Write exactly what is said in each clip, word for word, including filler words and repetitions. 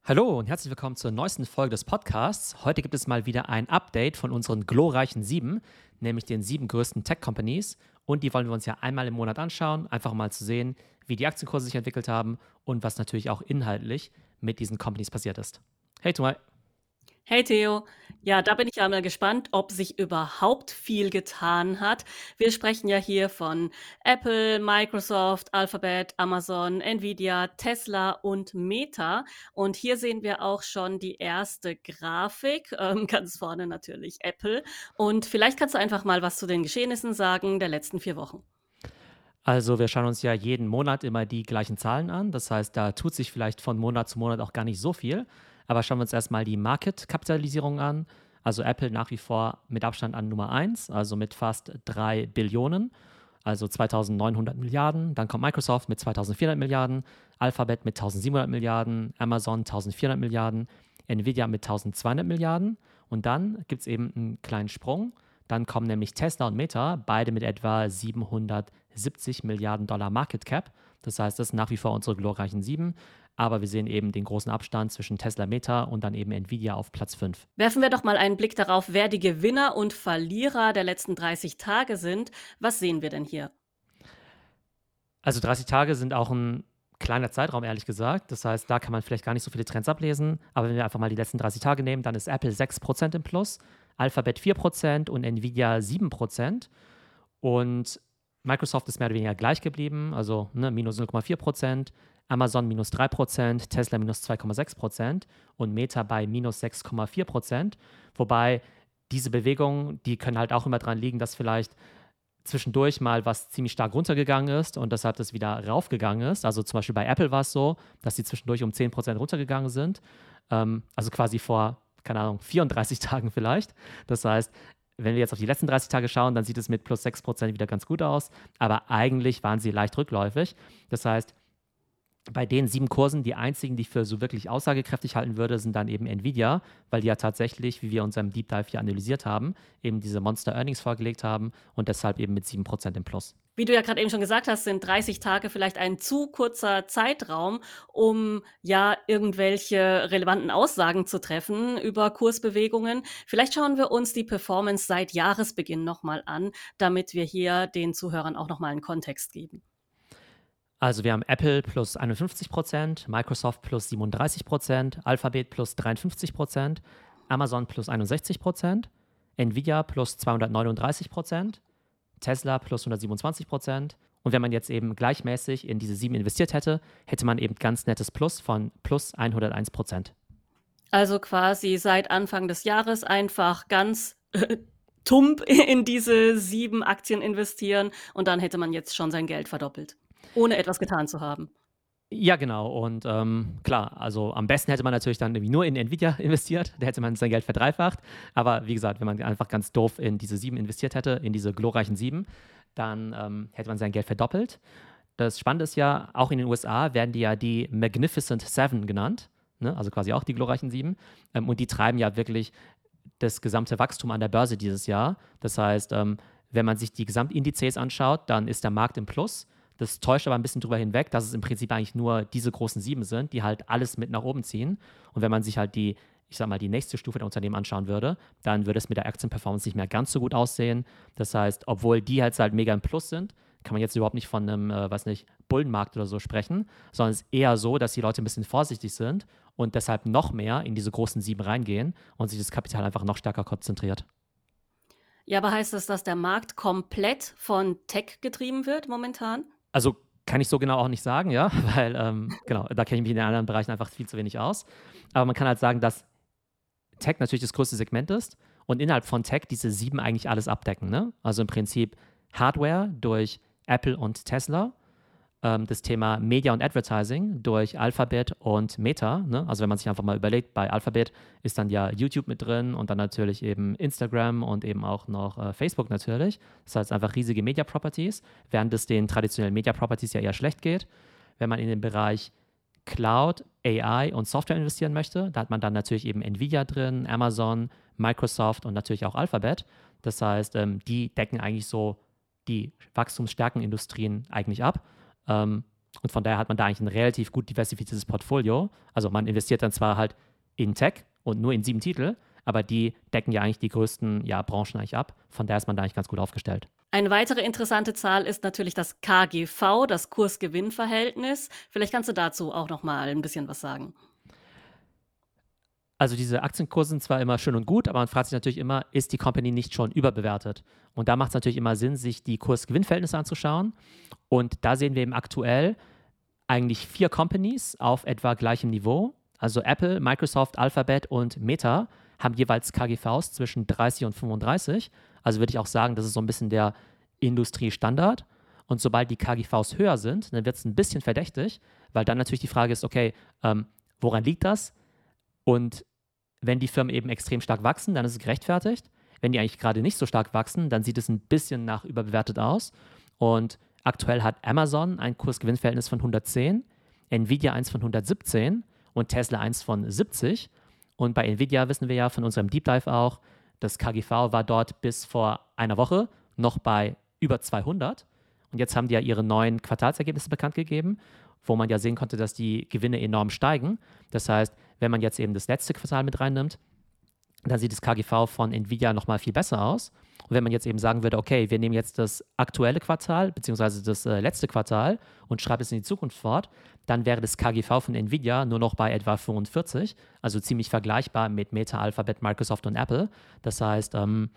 Hallo und herzlich willkommen zur neuesten Folge des Podcasts. Heute gibt es mal wieder ein Update von unseren glorreichen sieben, nämlich den sieben größten Tech-Companies. Und die wollen wir uns ja einmal im Monat anschauen, einfach mal zu sehen, wie die Aktienkurse sich entwickelt haben und was natürlich auch inhaltlich mit diesen Companies passiert ist. Hey Tumai. Hey Theo, ja, da bin ich ja mal gespannt, ob sich überhaupt viel getan hat. Wir sprechen ja hier von Apple, Microsoft, Alphabet, Amazon, Nvidia, Tesla und Meta. Und hier sehen wir auch schon die erste Grafik, ähm, ganz vorne natürlich Apple. Und vielleicht kannst du einfach mal was zu den Geschehnissen sagen der letzten vier Wochen. Also wir schauen uns ja jeden Monat immer die gleichen Zahlen an. Das heißt, da tut sich vielleicht von Monat zu Monat auch gar nicht so viel. Aber schauen wir uns erstmal die Market-Kapitalisierung an. Also Apple nach wie vor mit Abstand an Nummer eins, also mit fast drei Billionen, also zweitausendneunhundert Milliarden. Dann kommt Microsoft mit zweitausendvierhundert Milliarden, Alphabet mit eintausendsiebenhundert Milliarden, Amazon eintausendvierhundert Milliarden, Nvidia mit eintausendzweihundert Milliarden. Und dann gibt es eben einen kleinen Sprung. Dann kommen nämlich Tesla und Meta, beide mit etwa siebenhundertsiebzig Milliarden Dollar Market Cap. Das heißt, das sind nach wie vor unsere glorreichen sieben. Aber wir sehen eben den großen Abstand zwischen Tesla, Meta und dann eben Nvidia auf Platz fünf. Werfen wir doch mal einen Blick darauf, wer die Gewinner und Verlierer der letzten dreißig Tage sind. Was sehen wir denn hier? Also dreißig Tage sind auch ein kleiner Zeitraum, ehrlich gesagt. Das heißt, da kann man vielleicht gar nicht so viele Trends ablesen. Aber wenn wir einfach mal die letzten dreißig Tage nehmen, dann ist Apple sechs Prozent im Plus, Alphabet vier Prozent und Nvidia sieben Prozent. Und Microsoft ist mehr oder weniger gleich geblieben, also ne, minus null Komma vier Prozent, Amazon minus drei Prozent, Tesla minus zwei Komma sechs Prozent und Meta bei minus sechs Komma vier Prozent. Wobei diese Bewegungen, die können halt auch immer dran liegen, dass vielleicht zwischendurch mal was ziemlich stark runtergegangen ist und deshalb das wieder raufgegangen ist. Also zum Beispiel bei Apple war es so, dass die zwischendurch um zehn Prozent runtergegangen sind. Ähm, also quasi vor, keine Ahnung, vierunddreißig Tagen vielleicht. Das heißt, wenn wir jetzt auf die letzten dreißig Tage schauen, dann sieht es mit plus sechs Prozent wieder ganz gut aus. Aber eigentlich waren sie leicht rückläufig. Das heißt, bei den sieben Kursen, die einzigen, die ich für so wirklich aussagekräftig halten würde, sind dann eben Nvidia, weil die ja tatsächlich, wie wir unserem Deep Dive hier analysiert haben, eben diese Monster Earnings vorgelegt haben und deshalb eben mit sieben Prozent im Plus. Wie du ja gerade eben schon gesagt hast, sind dreißig Tage vielleicht ein zu kurzer Zeitraum, um ja irgendwelche relevanten Aussagen zu treffen über Kursbewegungen. Vielleicht schauen wir uns die Performance seit Jahresbeginn nochmal an, damit wir hier den Zuhörern auch nochmal einen Kontext geben. Also wir haben Apple plus einundfünfzig Prozent, Microsoft plus siebenunddreißig Prozent, Alphabet plus dreiundfünfzig Prozent, Amazon plus einundsechzig Prozent, Nvidia plus zweihundertneununddreißig Prozent, Tesla plus hundertsiebenundzwanzig Prozent. Und wenn man jetzt eben gleichmäßig in diese sieben investiert hätte, hätte man eben ganz nettes Plus von plus hunderteins Prozent. Also quasi seit Anfang des Jahres einfach ganz äh, tump in diese sieben Aktien investieren und dann hätte man jetzt schon sein Geld verdoppelt, ohne etwas getan zu haben. Ja, genau. Und ähm, klar, also am besten hätte man natürlich dann irgendwie nur in Nvidia investiert. Da hätte man sein Geld verdreifacht. Aber wie gesagt, wenn man einfach ganz doof in diese sieben investiert hätte, in diese glorreichen sieben, dann ähm, hätte man sein Geld verdoppelt. Das Spannende ist ja, auch in den U S A werden die ja die Magnificent Seven genannt. Ne? Also quasi auch die glorreichen sieben. Ähm, und die treiben ja wirklich das gesamte Wachstum an der Börse dieses Jahr. Das heißt, ähm, wenn man sich die Gesamtindizes anschaut, dann ist der Markt im Plus. Das täuscht aber ein bisschen drüber hinweg, dass es im Prinzip eigentlich nur diese großen sieben sind, die halt alles mit nach oben ziehen. Und wenn man sich halt die, ich sag mal, die nächste Stufe der Unternehmen anschauen würde, dann würde es mit der Aktienperformance nicht mehr ganz so gut aussehen. Das heißt, obwohl die jetzt halt mega im Plus sind, kann man jetzt überhaupt nicht von einem, äh, weiß nicht, Bullenmarkt oder so sprechen, sondern es ist eher so, dass die Leute ein bisschen vorsichtig sind und deshalb noch mehr in diese großen sieben reingehen und sich das Kapital einfach noch stärker konzentriert. Ja, aber heißt das, dass der Markt komplett von Tech getrieben wird momentan? Also kann ich so genau auch nicht sagen, ja, weil ähm, genau, da kenne ich mich in den anderen Bereichen einfach viel zu wenig aus. Aber man kann halt sagen, dass Tech natürlich das größte Segment ist und innerhalb von Tech diese sieben eigentlich alles abdecken. Ne? Also im Prinzip Hardware durch Apple und Tesla, ähm, das Thema Media und Advertising durch Alphabet und Meta. Ne? Also wenn man sich einfach mal überlegt, bei Alphabet ist dann ja YouTube mit drin und dann natürlich eben Instagram und eben auch noch äh, Facebook natürlich. Das heißt einfach riesige Media Properties, während es den traditionellen Media Properties ja eher schlecht geht. Wenn man in den Bereich Cloud, A I und Software investieren möchte, da hat man dann natürlich eben Nvidia drin, Amazon, Microsoft und natürlich auch Alphabet. Das heißt, ähm, die decken eigentlich so die wachstumsstarken Industrien eigentlich ab. Ähm, Und von daher hat man da eigentlich ein relativ gut diversifiziertes Portfolio. Also man investiert dann zwar halt in Tech und nur in sieben Titel, aber die decken ja eigentlich die größten ja, Branchen eigentlich ab. Von daher ist man da eigentlich ganz gut aufgestellt. Eine weitere interessante Zahl ist natürlich das K G V, das Kurs-Gewinn-Verhältnis. Vielleicht kannst du dazu auch noch mal ein bisschen was sagen. Also diese Aktienkurse sind zwar immer schön und gut, aber man fragt sich natürlich immer, ist die Company nicht schon überbewertet? Und da macht es natürlich immer Sinn, sich die Kurs-Gewinn-Verhältnisse anzuschauen. Und da sehen wir eben aktuell eigentlich vier Companies auf etwa gleichem Niveau. Also Apple, Microsoft, Alphabet und Meta haben jeweils K G Vs zwischen dreißig und fünfunddreißig. Also würde ich auch sagen, das ist so ein bisschen der Industriestandard. Und sobald die K G Vs höher sind, dann wird es ein bisschen verdächtig, weil dann natürlich die Frage ist, okay, ähm, woran liegt das? Und wenn die Firmen eben extrem stark wachsen, dann ist es gerechtfertigt. Wenn die eigentlich gerade nicht so stark wachsen, dann sieht es ein bisschen nach überbewertet aus. Und aktuell hat Amazon ein Kurs-Gewinn-Verhältnis von hundertzehn, Nvidia eins von hundertsiebzehn und Tesla eins von siebzig. Und bei Nvidia wissen wir ja von unserem Deep Dive auch, das K G V war dort bis vor einer Woche noch bei über zweihundert. Und jetzt haben die ja ihre neuen Quartalsergebnisse bekannt gegeben, wo man ja sehen konnte, dass die Gewinne enorm steigen. Das heißt, wenn man jetzt eben das letzte Quartal mit reinnimmt, dann sieht das K G V von Nvidia nochmal viel besser aus. Und wenn man jetzt eben sagen würde, okay, wir nehmen jetzt das aktuelle Quartal, beziehungsweise das äh, letzte Quartal und schreiben es in die Zukunft fort, dann wäre das K G V von Nvidia nur noch bei etwa fünfundvierzig, also ziemlich vergleichbar mit Meta, Alphabet, Microsoft und Apple. Das heißt, ähm,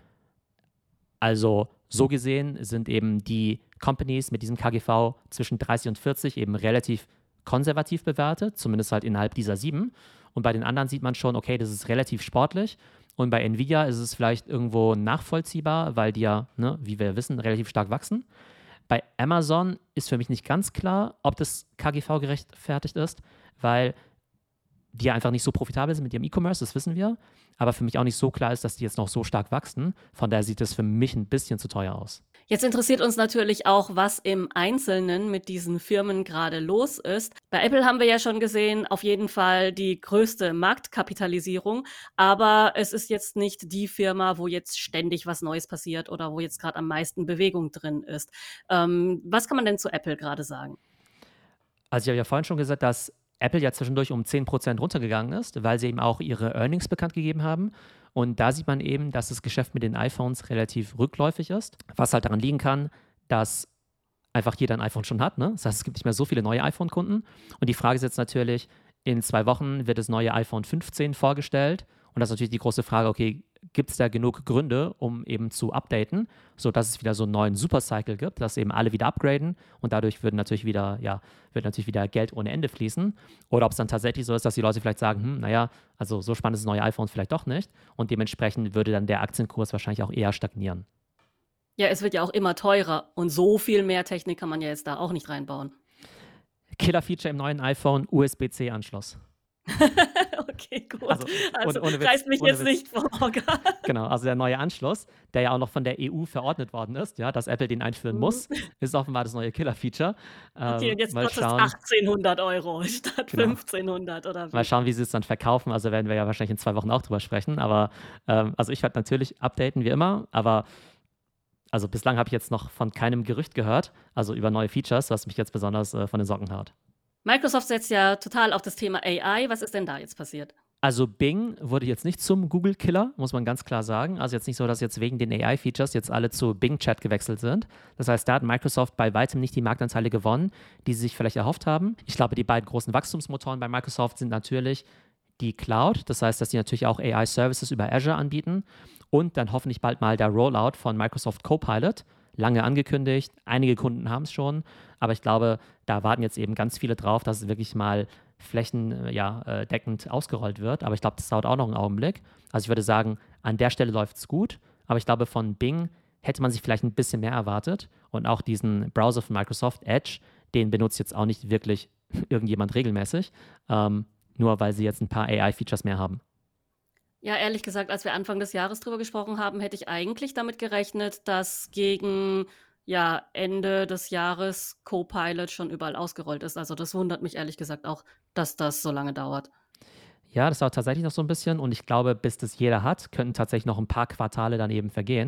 also so gesehen sind eben die Companies mit diesem K G V zwischen dreißig und vierzig eben relativ konservativ bewertet, zumindest halt innerhalb dieser sieben. Und bei den anderen sieht man schon, okay, das ist relativ sportlich. Und bei Nvidia ist es vielleicht irgendwo nachvollziehbar, weil die ja, ne, wie wir wissen, relativ stark wachsen. Bei Amazon ist für mich nicht ganz klar, ob das K G V gerechtfertigt ist, weil die ja einfach nicht so profitabel sind mit ihrem E-Commerce, das wissen wir. Aber für mich auch nicht so klar ist, dass die jetzt noch so stark wachsen. Von daher sieht es für mich ein bisschen zu teuer aus. Jetzt interessiert uns natürlich auch, was im Einzelnen mit diesen Firmen gerade los ist. Bei Apple haben wir ja schon gesehen, auf jeden Fall die größte Marktkapitalisierung, aber es ist jetzt nicht die Firma, wo jetzt ständig was Neues passiert oder wo jetzt gerade am meisten Bewegung drin ist. Ähm, was kann man denn zu Apple gerade sagen? Also ich habe ja vorhin schon gesagt, dass Apple ja zwischendurch um zehn Prozent runtergegangen ist, weil sie eben auch ihre Earnings bekannt gegeben haben. Und da sieht man eben, dass das Geschäft mit den iPhones relativ rückläufig ist, was halt daran liegen kann, dass einfach jeder ein iPhone schon hat. Ne? Das heißt, es gibt nicht mehr so viele neue iPhone-Kunden. Und die Frage ist jetzt natürlich, in zwei Wochen wird das neue iPhone fünfzehn vorgestellt. Und das ist natürlich die große Frage, okay, gibt es da genug Gründe, um eben zu updaten, sodass es wieder so einen neuen Supercycle gibt, dass eben alle wieder upgraden und dadurch würde natürlich wieder, ja, wird natürlich wieder Geld ohne Ende fließen. Oder ob es dann tatsächlich so ist, dass die Leute vielleicht sagen, hm, naja, also so spannend ist das neue iPhone vielleicht doch nicht. Und dementsprechend würde dann der Aktienkurs wahrscheinlich auch eher stagnieren. Ja, es wird ja auch immer teurer und so viel mehr Technik kann man ja jetzt da auch nicht reinbauen. Killer-Feature im neuen iPhone, U S B C-Anschluss. Okay, gut. Also, Also, ohne, ohne Witz, reißt mich ohne jetzt Witz. nicht vom Hocker. Genau, also der neue Anschluss, der ja auch noch von der E U verordnet worden ist, ja, dass Apple den einführen Mhm. muss, ist offenbar das neue Killer-Feature. Okay, Ähm, und jetzt mal kostet es schauen, achtzehnhundert Euro statt genau. fünfzehnhundert oder Mal wie? schauen, wie sie es dann verkaufen. Also werden wir ja wahrscheinlich in zwei Wochen auch drüber sprechen. Aber ähm, also ich werde natürlich updaten, wie immer. Aber also bislang habe ich jetzt noch von keinem Gerücht gehört, also über neue Features, was mich jetzt besonders äh, von den Socken haut. Microsoft setzt ja total auf das Thema A I. Was ist denn da jetzt passiert? Also Bing wurde jetzt nicht zum Google-Killer, muss man ganz klar sagen. Also jetzt nicht so, dass jetzt wegen den A I-Features jetzt alle zu Bing Chat gewechselt sind. Das heißt, da hat Microsoft bei weitem nicht die Marktanteile gewonnen, die sie sich vielleicht erhofft haben. Ich glaube, die beiden großen Wachstumsmotoren bei Microsoft sind natürlich die Cloud. Das heißt, dass sie natürlich auch A I-Services über Azure anbieten und dann hoffentlich bald mal der Rollout von Microsoft Copilot. Lange angekündigt, einige Kunden haben es schon, aber ich glaube, da warten jetzt eben ganz viele drauf, dass es wirklich mal flächendeckend ja, äh, deckend ausgerollt wird. Aber ich glaube, das dauert auch noch einen Augenblick. Also ich würde sagen, an der Stelle läuft es gut. Aber ich glaube, von Bing hätte man sich vielleicht ein bisschen mehr erwartet. Und auch diesen Browser von Microsoft, Edge, den benutzt jetzt auch nicht wirklich irgendjemand regelmäßig. Ähm, nur weil sie jetzt ein paar A I-Features mehr haben. Ja, ehrlich gesagt, als wir Anfang des Jahres drüber gesprochen haben, hätte ich eigentlich damit gerechnet, dass gegen ja, Ende des Jahres Copilot schon überall ausgerollt ist. Also das wundert mich ehrlich gesagt auch, dass das so lange dauert. Ja, das dauert tatsächlich noch so ein bisschen und ich glaube, bis das jeder hat, könnten tatsächlich noch ein paar Quartale dann eben vergehen.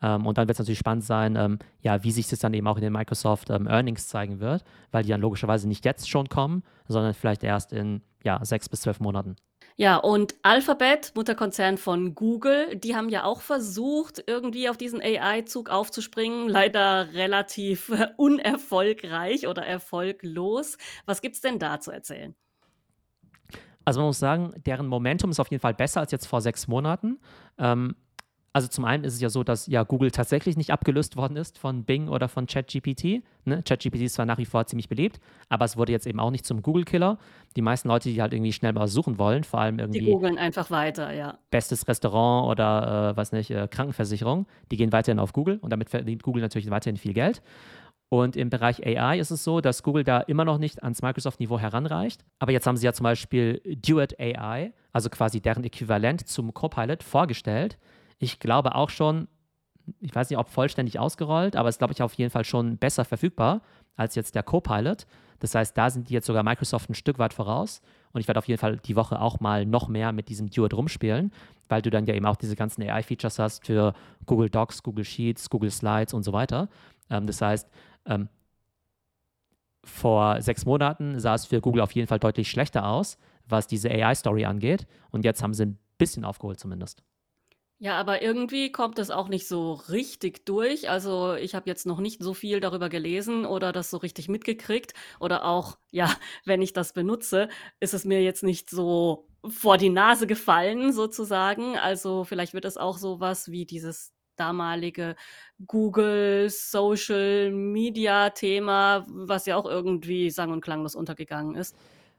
Ähm, und dann wird es natürlich spannend sein, ähm, ja, wie sich das dann eben auch in den Microsoft ähm, Earnings zeigen wird, weil die dann logischerweise nicht jetzt schon kommen, sondern vielleicht erst in ja, sechs bis zwölf Monaten. Ja, und Alphabet, Mutterkonzern von Google, die haben ja auch versucht, irgendwie auf diesen A I-Zug aufzuspringen. Leider relativ äh, unerfolgreich oder erfolglos. Was gibt's denn da zu erzählen? Also man muss sagen, deren Momentum ist auf jeden Fall besser als jetzt vor sechs Monaten. Ähm, also zum einen ist es ja so, dass ja Google tatsächlich nicht abgelöst worden ist von Bing oder von ChatGPT. Ne? ChatGPT ist zwar nach wie vor ziemlich beliebt, aber es wurde jetzt eben auch nicht zum Google-Killer. Die meisten Leute, die halt irgendwie schnell was suchen wollen, vor allem Die irgendwie googeln einfach weiter, ja. bestes Restaurant oder äh, was nicht, äh, Krankenversicherung, die gehen weiterhin auf Google und damit verdient Google natürlich weiterhin viel Geld. Und im Bereich A I ist es so, dass Google da immer noch nicht ans Microsoft-Niveau heranreicht. Aber jetzt haben sie ja zum Beispiel Duet A I, also quasi deren Äquivalent zum Copilot, vorgestellt. Ich glaube auch schon, ich weiß nicht, ob vollständig ausgerollt, aber es ist, glaube ich, auf jeden Fall schon besser verfügbar als jetzt der Copilot. Das heißt, da sind die jetzt sogar Microsoft ein Stück weit voraus. Und ich werde auf jeden Fall die Woche auch mal noch mehr mit diesem Duet rumspielen, weil du dann ja eben auch diese ganzen A I-Features hast für Google Docs, Google Sheets, Google Slides und so weiter. Ähm, das heißt, ähm, vor sechs Monaten sah es für Google auf jeden Fall deutlich schlechter aus, was diese A I-Story angeht. Und jetzt haben sie ein bisschen aufgeholt zumindest. Ja, aber irgendwie kommt es auch nicht so richtig durch. Also ich habe jetzt noch nicht so viel darüber gelesen oder das so richtig mitgekriegt. Oder auch, ja, wenn ich das benutze, ist es mir jetzt nicht so vor die Nase gefallen, sozusagen. Also vielleicht wird es auch sowas wie dieses damalige Google Social Media Thema, was ja auch irgendwie sang- und klanglos untergegangen ist.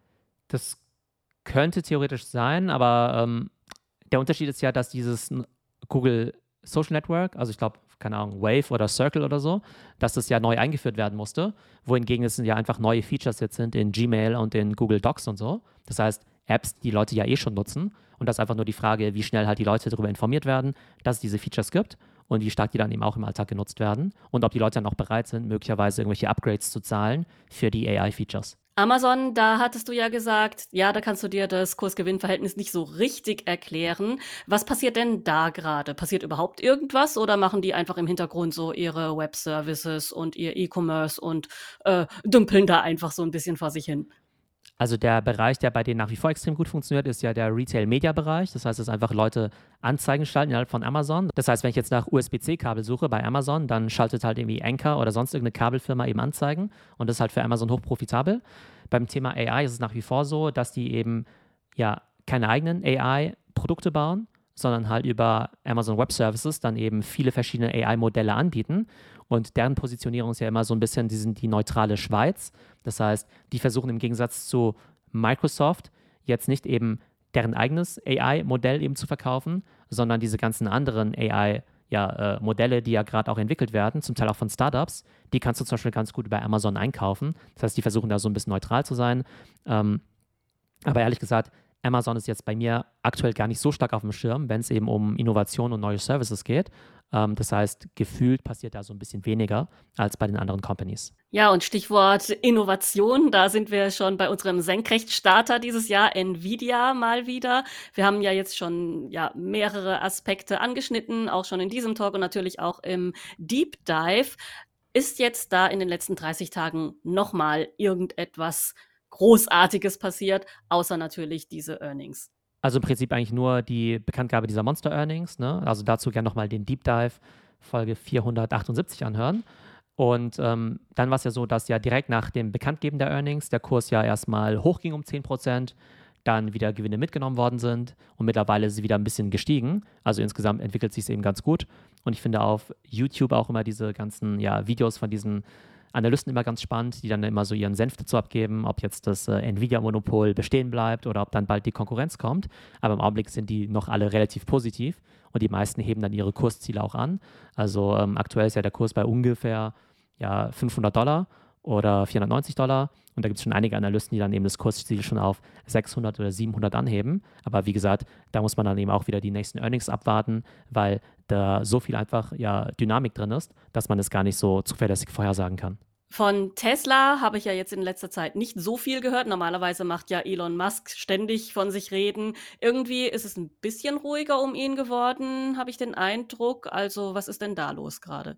Das könnte theoretisch sein, aber ähm, der Unterschied ist ja, dass dieses n- Google Social Network, also ich glaube, keine Ahnung, Wave oder Circle oder so, dass das ja neu eingeführt werden musste, wohingegen es ja einfach neue Features jetzt sind in Gmail und in Google Docs und so. Das heißt, Apps, die Leute ja eh schon nutzen. Und das ist einfach nur die Frage, wie schnell halt die Leute darüber informiert werden, dass es diese Features gibt und wie stark die dann eben auch im Alltag genutzt werden und ob die Leute dann auch bereit sind, möglicherweise irgendwelche Upgrades zu zahlen für die A I-Features. Amazon, da hattest du ja gesagt, ja, da kannst du dir das Kurs-Gewinn-Verhältnis nicht so richtig erklären. Was passiert denn da gerade? Passiert überhaupt irgendwas oder machen die einfach im Hintergrund so ihre Web-Services und ihr E-Commerce und äh, dümpeln da einfach so ein bisschen vor sich hin? Also der Bereich, der bei denen nach wie vor extrem gut funktioniert, ist ja der Retail-Media-Bereich. Das heißt, dass einfach Leute Anzeigen schalten innerhalb von Amazon. Das heißt, wenn ich jetzt nach U S B C-Kabel suche bei Amazon, dann schaltet halt irgendwie Anker oder sonst irgendeine Kabelfirma eben Anzeigen. Und das ist halt für Amazon hochprofitabel. Beim Thema A I ist es nach wie vor so, dass die eben ja keine eigenen A I-Produkte bauen, sondern halt über Amazon Web Services dann eben viele verschiedene A I-Modelle anbieten. Und deren Positionierung ist ja immer so ein bisschen, die sind die neutrale Schweiz. Das heißt, die versuchen im Gegensatz zu Microsoft jetzt nicht eben deren eigenes A I-Modell eben zu verkaufen, sondern diese ganzen anderen A I- ja, äh, Modelle, die ja gerade auch entwickelt werden, zum Teil auch von Startups, die kannst du zum Beispiel ganz gut bei Amazon einkaufen. Das heißt, die versuchen da so ein bisschen neutral zu sein. Ähm, aber ehrlich gesagt, Amazon ist jetzt bei mir aktuell gar nicht so stark auf dem Schirm, wenn es eben um Innovation und neue Services geht. Ähm, das heißt, gefühlt passiert da so ein bisschen weniger als bei den anderen Companies. Ja, und Stichwort Innovation, da sind wir schon bei unserem Senkrechtstarter dieses Jahr, Nvidia mal wieder. Wir haben ja jetzt schon ja, mehrere Aspekte angeschnitten, auch schon in diesem Talk und natürlich auch im Deep Dive. Ist jetzt da in den letzten dreißig Tagen nochmal irgendetwas Großartiges passiert, außer natürlich diese Earnings? Also im Prinzip eigentlich nur die Bekanntgabe dieser Monster Earnings. Ne? Also dazu gerne nochmal den Deep Dive Folge vierhundertachtundsiebzig anhören. Und ähm, dann war es ja so, dass ja direkt nach dem Bekanntgeben der Earnings der Kurs ja erstmal hochging um zehn Prozent, dann wieder Gewinne mitgenommen worden sind und mittlerweile ist sie wieder ein bisschen gestiegen. Also insgesamt entwickelt sich es eben ganz gut. Und ich finde auf YouTube auch immer diese ganzen ja, Videos von diesen Analysten immer ganz spannend, die dann immer so ihren Senf dazu abgeben, ob jetzt das äh, Nvidia-Monopol bestehen bleibt oder ob dann bald die Konkurrenz kommt. Aber im Augenblick sind die noch alle relativ positiv und die meisten heben dann ihre Kursziele auch an. Also ähm, aktuell ist ja der Kurs bei ungefähr ja, fünfhundert Dollar oder vierhundertneunzig Dollar. Und da gibt es schon einige Analysten, die dann eben das Kursziel schon auf sechshundert oder siebenhundert anheben. Aber wie gesagt, da muss man dann eben auch wieder die nächsten Earnings abwarten, weil da so viel einfach ja Dynamik drin ist, dass man es gar nicht so zuverlässig vorhersagen kann. Von Tesla habe ich ja jetzt in letzter Zeit nicht so viel gehört. Normalerweise macht ja Elon Musk ständig von sich reden. Irgendwie ist es ein bisschen ruhiger um ihn geworden, habe ich den Eindruck. Also, was ist denn da los gerade?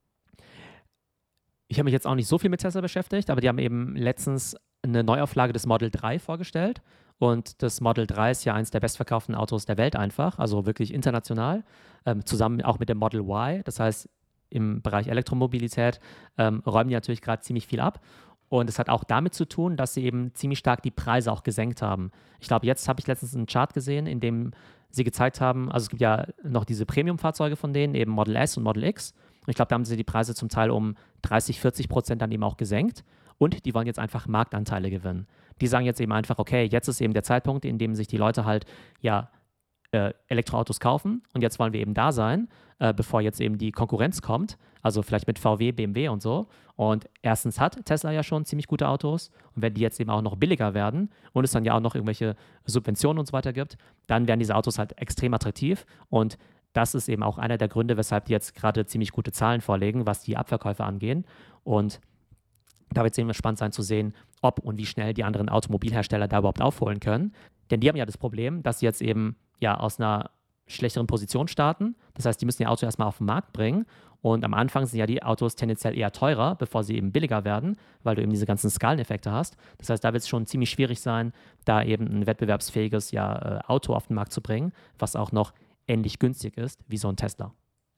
Ich habe mich jetzt auch nicht so viel mit Tesla beschäftigt, aber die haben eben letztens eine Neuauflage des Model drei vorgestellt. Und das Model drei ist ja eines der bestverkauften Autos der Welt einfach, also wirklich international, ähm, zusammen auch mit dem Model Y. Das heißt, im Bereich Elektromobilität ähm, räumen die natürlich gerade ziemlich viel ab. Und es hat auch damit zu tun, dass sie eben ziemlich stark die Preise auch gesenkt haben. Ich glaube, jetzt habe ich letztens einen Chart gesehen, in dem sie gezeigt haben, also es gibt ja noch diese Premium-Fahrzeuge von denen, eben Model S und Model X. Und ich glaube, da haben sie die Preise zum Teil um dreißig, vierzig Prozent dann eben auch gesenkt. Und die wollen jetzt einfach Marktanteile gewinnen. Die sagen jetzt eben einfach, okay, jetzt ist eben der Zeitpunkt, in dem sich die Leute halt ja äh, Elektroautos kaufen. Und jetzt wollen wir eben da sein, äh, bevor jetzt eben die Konkurrenz kommt. Also vielleicht mit V W, B M W und so. Und erstens hat Tesla ja schon ziemlich gute Autos. Und wenn die jetzt eben auch noch billiger werden und es dann ja auch noch irgendwelche Subventionen und so weiter gibt, dann werden diese Autos halt extrem attraktiv. Und das ist eben auch einer der Gründe, weshalb die jetzt gerade ziemlich gute Zahlen vorlegen, was die Abverkäufe angehen. Und da wird es eben spannend sein zu sehen, ob und wie schnell die anderen Automobilhersteller da überhaupt aufholen können. Denn die haben ja das Problem, dass sie jetzt eben ja aus einer schlechteren Position starten. Das heißt, die müssen ihr Auto erstmal auf den Markt bringen. Und am Anfang sind ja die Autos tendenziell eher teurer, bevor sie eben billiger werden, weil du eben diese ganzen Skaleneffekte hast. Das heißt, da wird es schon ziemlich schwierig sein, da eben ein wettbewerbsfähiges ja, äh, Auto auf den Markt zu bringen, was auch noch ähnlich günstig ist wie so ein Tesla.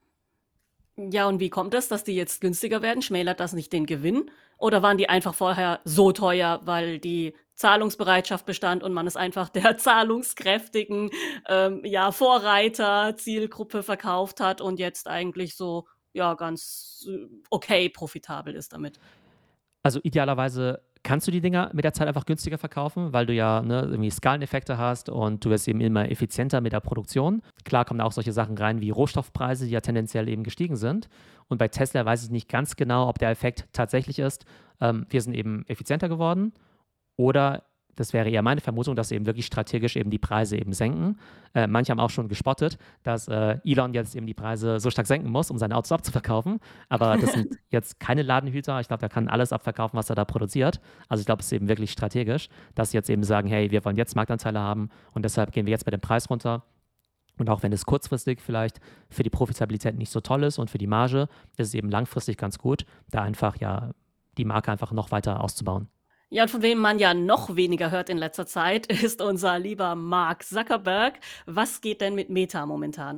Ja, und wie kommt es, dass die jetzt günstiger werden? Schmälert das nicht den Gewinn? Oder waren die einfach vorher so teuer, weil die Zahlungsbereitschaft bestand und man es einfach der zahlungskräftigen ähm, ja, Vorreiter, Zielgruppe verkauft hat und jetzt eigentlich so ja ganz äh, okay profitabel ist damit? Also idealerweise kannst du die Dinger mit der Zeit einfach günstiger verkaufen, weil du ja ne, irgendwie Skaleneffekte hast und du wirst eben immer effizienter mit der Produktion. Klar kommen da auch solche Sachen rein wie Rohstoffpreise, die ja tendenziell eben gestiegen sind. Und bei Tesla weiß ich nicht ganz genau, ob der Effekt tatsächlich ist, ähm, wir sind eben effizienter geworden oder das wäre eher meine Vermutung, dass sie eben wirklich strategisch eben die Preise eben senken. Äh, manche haben auch schon gespottet, dass äh, Elon jetzt eben die Preise so stark senken muss, um seine Autos abzuverkaufen. Aber das sind jetzt keine Ladenhüter. Ich glaube, der kann alles abverkaufen, was er da produziert. Also ich glaube, es ist eben wirklich strategisch, dass sie jetzt eben sagen, hey, wir wollen jetzt Marktanteile haben und deshalb gehen wir jetzt bei dem Preis runter. Und auch wenn es kurzfristig vielleicht für die Profitabilität nicht so toll ist und für die Marge, ist es eben langfristig ganz gut, da einfach ja die Marke einfach noch weiter auszubauen. Ja, und von wem man ja noch weniger hört in letzter Zeit, ist unser lieber Mark Zuckerberg. Was geht denn mit Meta momentan?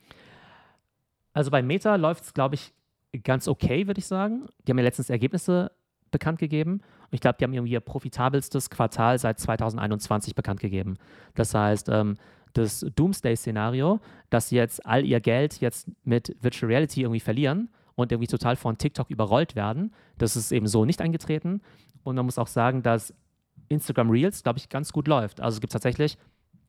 Also bei Meta läuft es, glaube ich, ganz okay, würde ich sagen. Die haben ja letztens Ergebnisse bekannt gegeben. Und ich glaube, die haben irgendwie ihr profitabelstes Quartal seit zwanzig einundzwanzig bekannt gegeben. Das heißt, ähm, das Doomsday-Szenario, dass sie jetzt all ihr Geld jetzt mit Virtual Reality irgendwie verlieren und irgendwie total von TikTok überrollt werden, das ist eben so nicht eingetreten. Und man muss auch sagen, dass Instagram Reels, glaube ich, ganz gut läuft. Also es gibt tatsächlich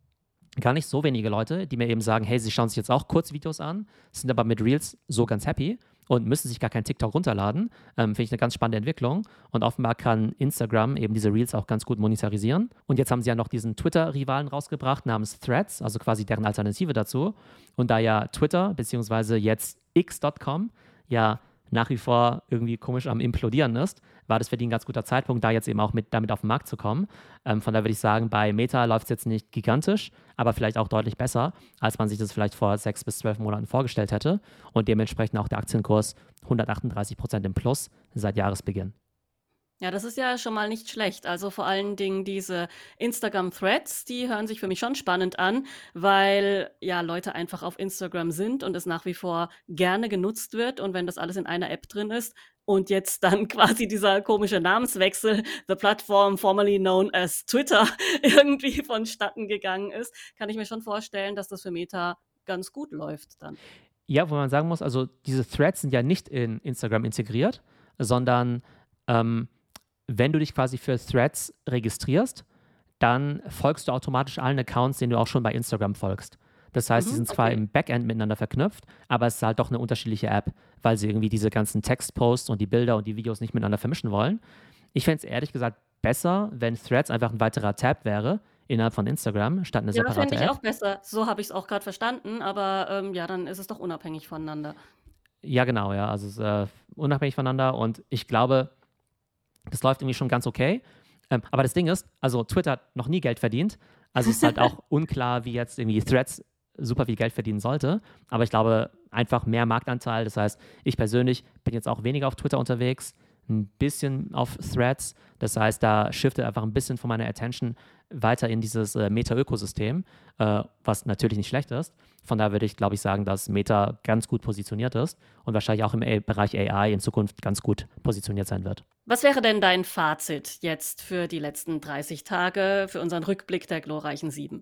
gar nicht so wenige Leute, die mir eben sagen, hey, sie schauen sich jetzt auch Kurzvideos an, sind aber mit Reels so ganz happy und müssen sich gar kein TikTok runterladen. Ähm, Finde ich eine ganz spannende Entwicklung. Und offenbar kann Instagram eben diese Reels auch ganz gut monetarisieren. Und jetzt haben sie ja noch diesen Twitter-Rivalen rausgebracht namens Threads, also quasi deren Alternative dazu. Und da ja Twitter, beziehungsweise jetzt X Punkt com, ja nach wie vor irgendwie komisch am Implodieren ist, war das für die ein ganz guter Zeitpunkt, da jetzt eben auch mit, damit auf den Markt zu kommen. Ähm, von daher würde ich sagen, bei Meta läuft es jetzt nicht gigantisch, aber vielleicht auch deutlich besser, als man sich das vielleicht vor sechs bis zwölf Monaten vorgestellt hätte. Und dementsprechend auch der Aktienkurs hundertachtunddreißig Prozent im Plus seit Jahresbeginn. Ja, das ist ja schon mal nicht schlecht. Also vor allen Dingen diese Instagram-Threads, die hören sich für mich schon spannend an, weil ja Leute einfach auf Instagram sind und es nach wie vor gerne genutzt wird. Und wenn das alles in einer App drin ist und jetzt dann quasi dieser komische Namenswechsel, the platform formerly known as Twitter, irgendwie vonstatten gegangen ist, kann ich mir schon vorstellen, dass das für Meta ganz gut läuft dann. Ja, wo man sagen muss, also diese Threads sind ja nicht in Instagram integriert, sondern ähm, wenn du dich quasi für Threads registrierst, dann folgst du automatisch allen Accounts, denen du auch schon bei Instagram folgst. Das heißt, die Mhm, sind zwar okay. im Backend miteinander verknüpft, aber es ist halt doch eine unterschiedliche App, weil sie irgendwie diese ganzen Textposts und die Bilder und die Videos nicht miteinander vermischen wollen. Ich fände es ehrlich gesagt besser, wenn Threads einfach ein weiterer Tab wäre innerhalb von Instagram, statt eine Ja, fände separate ich App. auch besser. So habe ich es auch gerade verstanden, aber ähm, ja, dann ist es doch unabhängig voneinander. Ja, genau, ja. Also es ist äh, unabhängig voneinander und ich glaube, Das läuft irgendwie schon ganz okay. Ähm, aber das Ding ist, also Twitter hat noch nie Geld verdient. Also es ist halt auch unklar, wie jetzt irgendwie Threads super viel Geld verdienen sollte. Aber ich glaube, einfach mehr Marktanteil. Das heißt, ich persönlich bin jetzt auch weniger auf Twitter unterwegs, ein bisschen auf Threads. Das heißt, da shiftet einfach ein bisschen von meiner Attention weiter in dieses äh, Meta-Ökosystem, äh, was natürlich nicht schlecht ist. Von daher würde ich, glaube ich, sagen, dass Meta ganz gut positioniert ist und wahrscheinlich auch im A- Bereich A I in Zukunft ganz gut positioniert sein wird. Was wäre denn dein Fazit jetzt für die letzten dreißig Tage, für unseren Rückblick der glorreichen Sieben?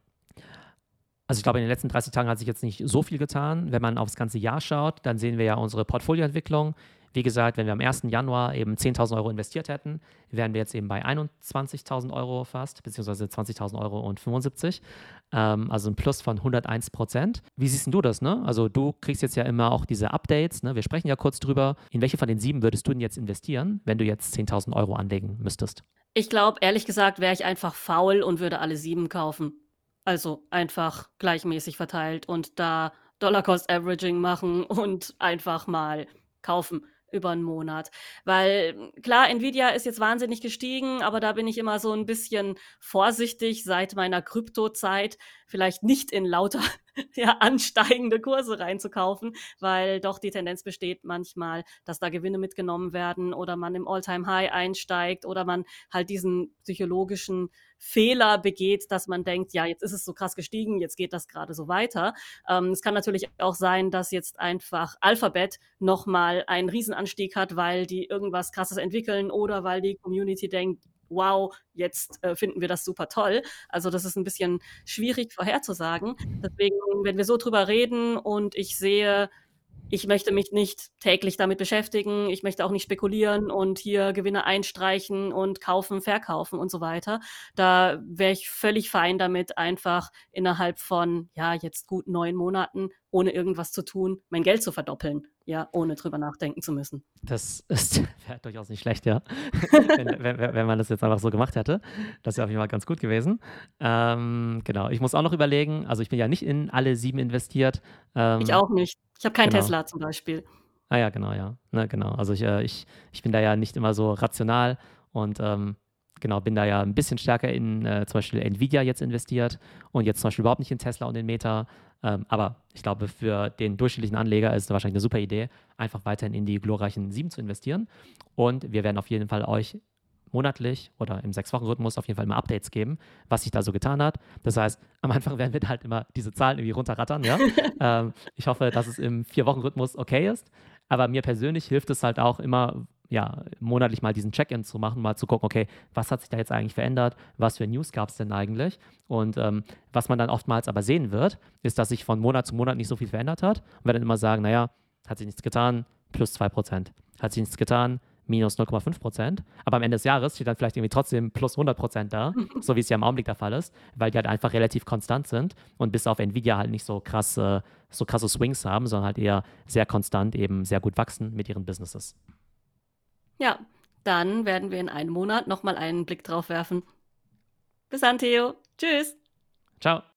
Also ich glaube, in den letzten dreißig Tagen hat sich jetzt nicht so viel getan. Wenn man aufs ganze Jahr schaut, dann sehen wir ja unsere Portfolioentwicklung. Wie gesagt, wenn wir am ersten Januar eben zehntausend Euro investiert hätten, wären wir jetzt eben bei einundzwanzigtausend Euro fast, beziehungsweise zwanzigtausend Euro und fünfundsiebzig. Ähm, also ein Plus von hunderteins Prozent. Wie siehst denn du das? Ne? Also du kriegst jetzt ja immer auch diese Updates. Ne? Wir sprechen ja kurz drüber. In welche von den sieben würdest du denn jetzt investieren, wenn du jetzt zehntausend Euro anlegen müsstest? Ich glaube, ehrlich gesagt, wäre ich einfach faul und würde alle sieben kaufen. Also einfach gleichmäßig verteilt und da Dollar-Cost-Averaging machen und einfach mal kaufen über einen Monat. Weil klar, Nvidia ist jetzt wahnsinnig gestiegen, aber da bin ich immer so ein bisschen vorsichtig seit meiner Kryptozeit, vielleicht nicht in lauter ja, ansteigende Kurse reinzukaufen, weil doch die Tendenz besteht manchmal, dass da Gewinne mitgenommen werden oder man im All-Time-High einsteigt oder man halt diesen psychologischen Fehler begeht, dass man denkt, ja, jetzt ist es so krass gestiegen, jetzt geht das gerade so weiter. Ähm, es kann natürlich auch sein, dass jetzt einfach Alphabet nochmal einen Riesenanstieg hat, weil die irgendwas Krasses entwickeln oder weil die Community denkt, wow, jetzt äh, finden wir das super toll. Also das ist ein bisschen schwierig vorherzusagen. Deswegen, wenn wir so drüber reden und ich sehe, ich möchte mich nicht täglich damit beschäftigen, ich möchte auch nicht spekulieren und hier Gewinne einstreichen und kaufen, verkaufen und so weiter. Da wäre ich völlig fein damit, einfach innerhalb von, ja, jetzt gut neun Monaten, ohne irgendwas zu tun, mein Geld zu verdoppeln, ja, ohne drüber nachdenken zu müssen. Das ist wäre durchaus nicht schlecht, ja. wenn, wenn, wenn man das jetzt einfach so gemacht hätte. Das wäre auf jeden Fall ganz gut gewesen. Ähm, genau, ich muss auch noch überlegen, also ich bin ja nicht in alle sieben investiert. Ähm, Ich auch nicht. Ich habe keinen genau. Tesla zum Beispiel. Ah ja, genau, ja. Ne, genau. Also ich, äh, ich, ich bin da ja nicht immer so rational und ähm, genau, bin da ja ein bisschen stärker in äh, zum Beispiel Nvidia jetzt investiert und jetzt zum Beispiel überhaupt nicht in Tesla und in Meta. Ähm, aber ich glaube, für den durchschnittlichen Anleger ist es wahrscheinlich eine super Idee, einfach weiterhin in die glorreichen sieben zu investieren. Und wir werden auf jeden Fall euch monatlich oder im Sechs-Wochen-Rhythmus auf jeden Fall immer Updates geben, was sich da so getan hat. Das heißt, am Anfang werden wir halt immer diese Zahlen irgendwie runterrattern, ja. ähm, ich hoffe, dass es im Vier-Wochen-Rhythmus okay ist. Aber mir persönlich hilft es halt auch immer, ja, monatlich mal diesen Check-in zu machen, mal zu gucken, okay, was hat sich da jetzt eigentlich verändert? Was für News gab es denn eigentlich? Und ähm, was man dann oftmals aber sehen wird, ist, dass sich von Monat zu Monat nicht so viel verändert hat. Und wir dann immer sagen, naja, hat sich nichts getan, plus zwei Prozent. Hat sich nichts getan, minus null Komma fünf Prozent. Aber am Ende des Jahres steht dann vielleicht irgendwie trotzdem plus hundert Prozent da, so wie es ja im Augenblick der Fall ist, weil die halt einfach relativ konstant sind und bis auf Nvidia halt nicht so krasse, so krasse Swings haben, sondern halt eher sehr konstant eben sehr gut wachsen mit ihren Businesses. Ja, dann werden wir in einem Monat nochmal einen Blick drauf werfen. Bis dann, Theo. Tschüss. Ciao.